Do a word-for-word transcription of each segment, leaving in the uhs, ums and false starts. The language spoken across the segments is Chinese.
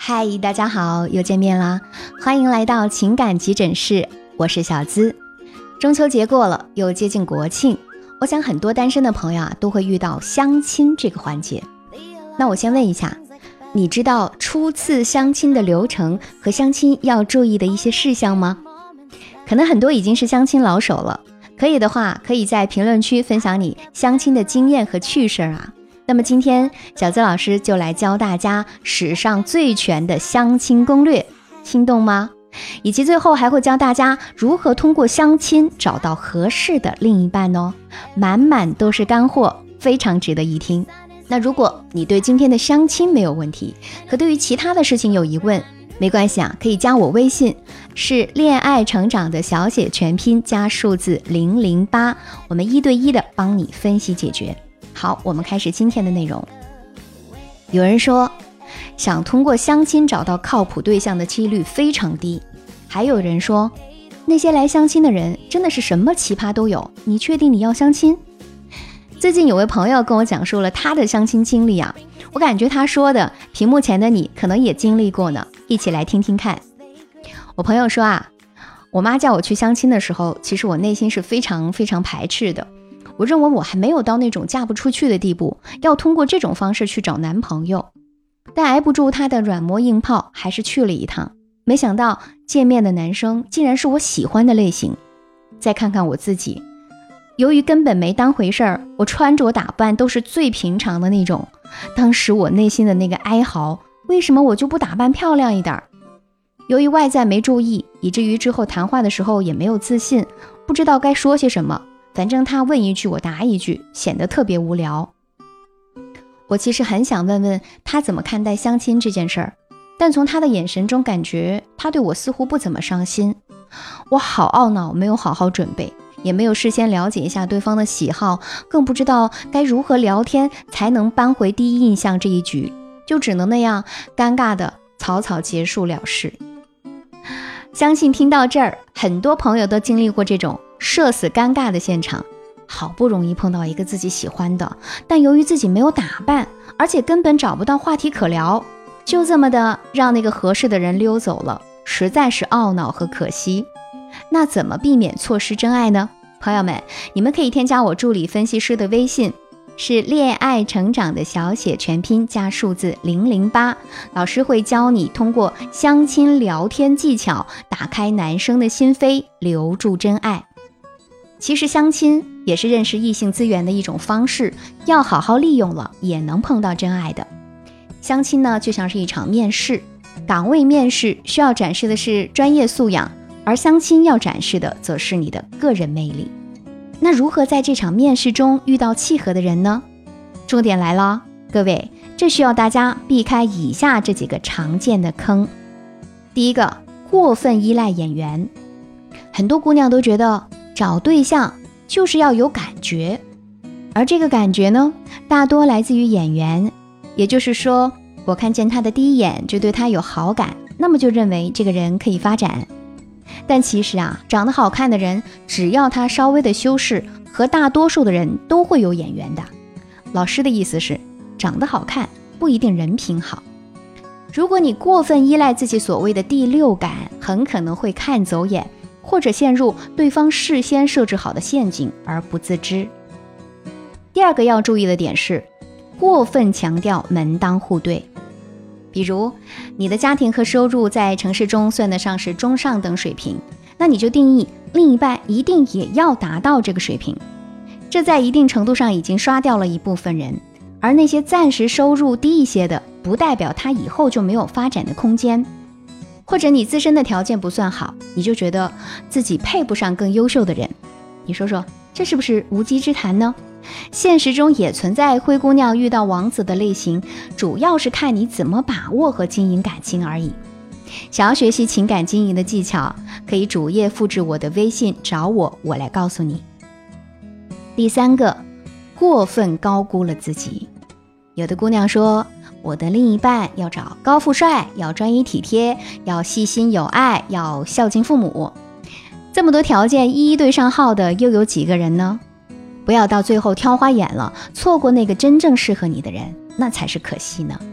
嗨，大家好，又见面啦！欢迎来到情感急诊室，我是小资。中秋节过了，又接近国庆，我想很多单身的朋友啊，都会遇到相亲这个环节。那我先问一下，你知道初次相亲的流程和相亲要注意的一些事项吗？可能很多已经是相亲老手了，可以的话，可以在评论区分享你相亲的经验和趣事啊。那么今天小资老师就来教大家史上最全的相亲攻略，心动吗？以及最后还会教大家如何通过相亲找到合适的另一半哦，满满都是干货，非常值得一听。那如果你对今天的相亲没有问题，可对于其他的事情有疑问，没关系啊，可以加我微信，是恋爱成长的小写全拼加数字零零八，我们一对一的帮你分析解决。好，我们开始今天的内容。有人说，想通过相亲找到靠谱对象的几率非常低。还有人说，那些来相亲的人真的是什么奇葩都有，你确定你要相亲？最近有位朋友跟我讲述了他的相亲经历啊，我感觉他说的屏幕前的你可能也经历过呢，一起来听听看。我朋友说啊，我妈叫我去相亲的时候，其实我内心是非常非常排斥的。我认为我还没有到那种嫁不出去的地步，要通过这种方式去找男朋友。但挨不住他的软磨硬泡，还是去了一趟。没想到见面的男生竟然是我喜欢的类型。再看看我自己，由于根本没当回事儿，我穿着打扮都是最平常的那种。当时我内心的那个哀嚎，为什么我就不打扮漂亮一点？由于外在没注意，以至于之后谈话的时候也没有自信，不知道该说些什么。反正他问一句我答一句，显得特别无聊。我其实很想问问他怎么看待相亲这件事儿，但从他的眼神中感觉他对我似乎不怎么上心。我好懊恼，没有好好准备，也没有事先了解一下对方的喜好，更不知道该如何聊天才能扳回第一印象这一局，就只能那样尴尬的草草结束了事。相信听到这儿，很多朋友都经历过这种社死尴尬的现场，好不容易碰到一个自己喜欢的，但由于自己没有打扮，而且根本找不到话题可聊，就这么的让那个合适的人溜走了，实在是懊恼和可惜。那怎么避免错失真爱呢？朋友们，你们可以添加我助理分析师的微信，是恋爱成长的小写全拼加数字零零八，老师会教你通过相亲聊天技巧打开男生的心扉，留住真爱。其实相亲也是认识异性资源的一种方式，要好好利用了，也能碰到真爱的。相亲呢，就像是一场面试，岗位面试需要展示的是专业素养，而相亲要展示的则是你的个人魅力。那如何在这场面试中遇到契合的人呢？重点来了，各位，这需要大家避开以下这几个常见的坑。第一个，过分依赖眼缘。很多姑娘都觉得找对象就是要有感觉，而这个感觉呢，大多来自于眼缘。也就是说，我看见他的第一眼就对他有好感，那么就认为这个人可以发展。但其实啊，长得好看的人，只要他稍微的修饰，和大多数的人都会有眼缘的。老师的意思是，长得好看不一定人品好。如果你过分依赖自己所谓的第六感，很可能会看走眼，或者陷入对方事先设置好的陷阱而不自知。第二个要注意的点是，过分强调门当户对。比如你的家庭和收入在城市中算得上是中上等水平，那你就定义另一半一定也要达到这个水平。这在一定程度上已经刷掉了一部分人，而那些暂时收入低一些的，不代表他以后就没有发展的空间。或者你自身的条件不算好，你就觉得自己配不上更优秀的人，你说说，这是不是无稽之谈呢？现实中也存在灰姑娘遇到王子的类型，主要是看你怎么把握和经营感情而已。想要学习情感经营的技巧，可以主页复制我的微信找我，我来告诉你。第三个，过分高估了自己。有的姑娘说，我的另一半要找高富帅，要专一体贴，要细心有爱，要孝敬父母。这么多条件一一对上号的，又有几个人呢？不要到最后挑花眼了，错过那个真正适合你的人，那才是可惜呢。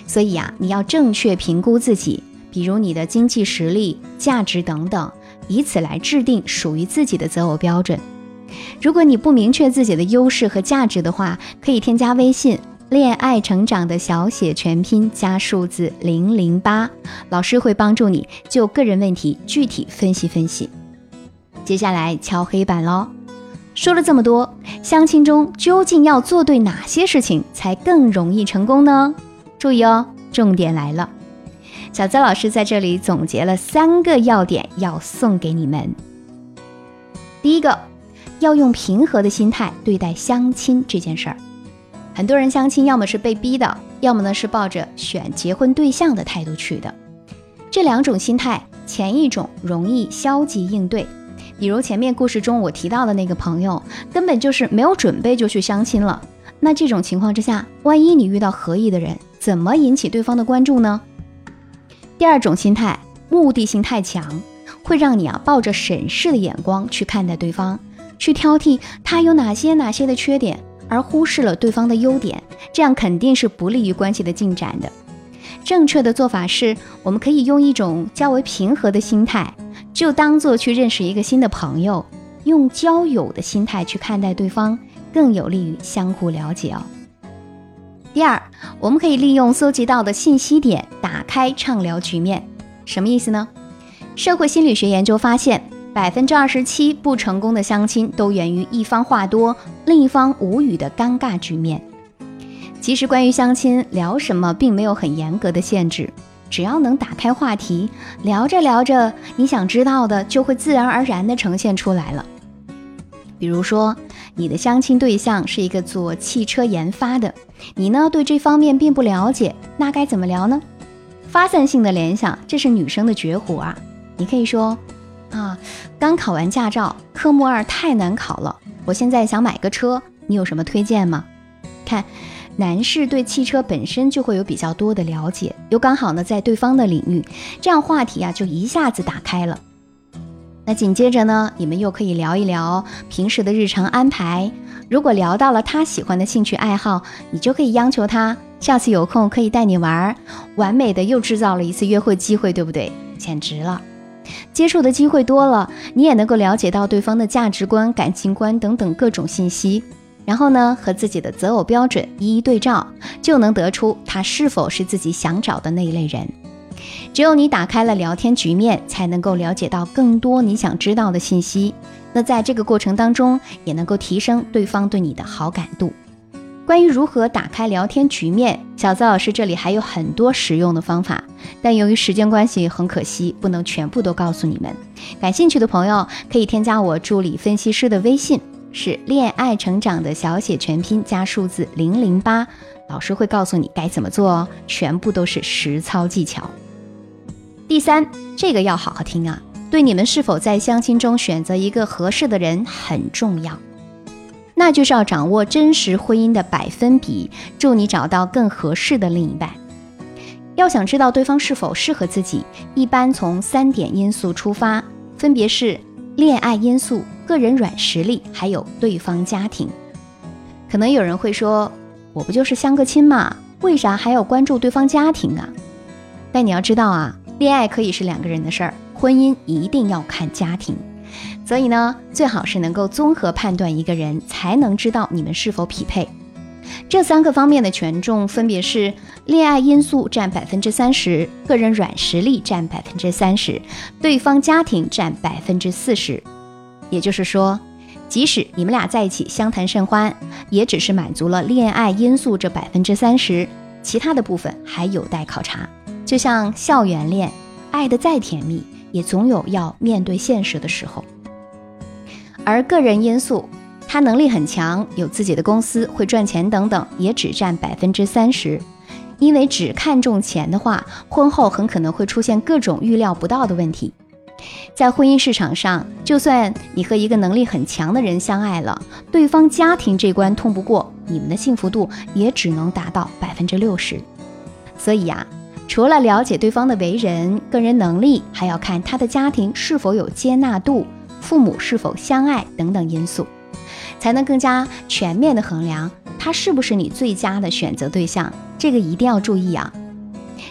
所以啊，你要正确评估自己，比如你的经济实力、价值等等，以此来制定属于自己的择偶标准。如果你不明确自己的优势和价值的话，可以添加微信恋爱成长的小写全拼加数字零零八，老师会帮助你就个人问题具体分析分析。接下来敲黑板咯。说了这么多，相亲中究竟要做对哪些事情才更容易成功呢？注意哦，重点来了。小资老师在这里总结了三个要点要送给你们。第一个，要用平和的心态对待相亲这件事儿。很多人相亲要么是被逼的，要么呢是抱着选结婚对象的态度去的。这两种心态，前一种容易消极应对，比如前面故事中我提到的那个朋友，根本就是没有准备就去相亲了。那这种情况之下，万一你遇到合意的人，怎么引起对方的关注呢？第二种心态，目的性太强，会让你啊抱着审视的眼光去看待对方，去挑剔他有哪些哪些的缺点，而忽视了对方的优点，这样肯定是不利于关系的进展的。正确的做法是，我们可以用一种较为平和的心态，就当做去认识一个新的朋友，用交友的心态去看待对方，更有利于相互了解哦。第二，我们可以利用搜集到的信息点打开畅聊局面。什么意思呢？社会心理学研究发现，百分之二十七不成功的相亲都源于一方话多，另一方无语的尴尬局面。其实关于相亲聊什么并没有很严格的限制，只要能打开话题，聊着聊着，你想知道的就会自然而然地呈现出来了。比如说，你的相亲对象是一个做汽车研发的，你呢对这方面并不了解，那该怎么聊呢？发散性的联想，这是女生的绝活啊。你可以说啊，刚考完驾照，科目二太难考了，我现在想买个车，你有什么推荐吗？看，男士对汽车本身就会有比较多的了解，又刚好呢在对方的领域，这样话题啊就一下子打开了。那紧接着呢，你们又可以聊一聊平时的日常安排，如果聊到了他喜欢的兴趣爱好，你就可以央求他下次有空可以带你玩，完美的又制造了一次约会机会，对不对？简直了。接触的机会多了，你也能够了解到对方的价值观、感情观等等各种信息，然后呢和自己的择偶标准一一对照，就能得出他是否是自己想找的那一类人。只有你打开了聊天局面，才能够了解到更多你想知道的信息，那在这个过程当中也能够提升对方对你的好感度。关于如何打开聊天局面，小资老师这里还有很多实用的方法，但由于时间关系，很可惜不能全部都告诉你们。感兴趣的朋友可以添加我助理分析师的微信，是恋爱成长的小写全拼加数字零零八，老师会告诉你该怎么做哦，全部都是实操技巧。第三，这个要好好听啊，对你们是否在相亲中选择一个合适的人很重要，那就是要掌握真实婚姻的百分比，助你找到更合适的另一半。要想知道对方是否适合自己，一般从三点因素出发，分别是恋爱因素、个人软实力，还有对方家庭。可能有人会说，我不就是相个亲嘛，为啥还要关注对方家庭啊？但你要知道啊，恋爱可以是两个人的事儿，婚姻一定要看家庭。所以呢，最好是能够综合判断一个人，才能知道你们是否匹配。这三个方面的权重分别是恋爱因素占百分之三十，个人软实力占百分之三十，对方家庭占百分之四十。也就是说，即使你们俩在一起相谈甚欢，也只是满足了恋爱因素这百分之三十，其他的部分还有待考察。就像校园恋，爱得再甜蜜，也总有要面对现实的时候。而个人因素，他能力很强，有自己的公司，会赚钱等等，也只占百分之三十。因为只看重钱的话，婚后很可能会出现各种预料不到的问题。在婚姻市场上，就算你和一个能力很强的人相爱了，对方家庭这关通不过，你们的幸福度也只能达到百分之六十。所以呀、啊，除了了解对方的为人、个人能力，还要看他的家庭是否有接纳度，父母是否相爱等等因素，才能更加全面的衡量他是不是你最佳的选择对象。这个一定要注意啊，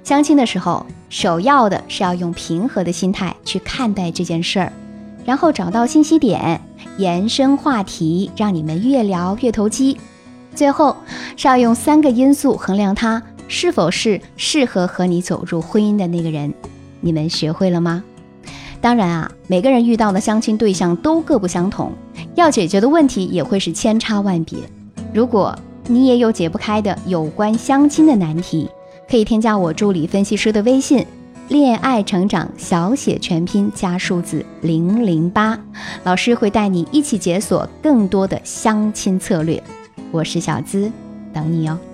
相亲的时候，首要的是要用平和的心态去看待这件事儿，然后找到信息点，延伸话题，让你们越聊越投机。最后是要用三个因素衡量他是否是适合和你走入婚姻的那个人。你们学会了吗？当然啊，每个人遇到的相亲对象都各不相同，要解决的问题也会是千差万别。如果你也有解不开的有关相亲的难题，可以添加我助理分析师的微信，恋爱成长小写全拼加数字零零八，老师会带你一起解锁更多的相亲策略。我是小资，等你哦。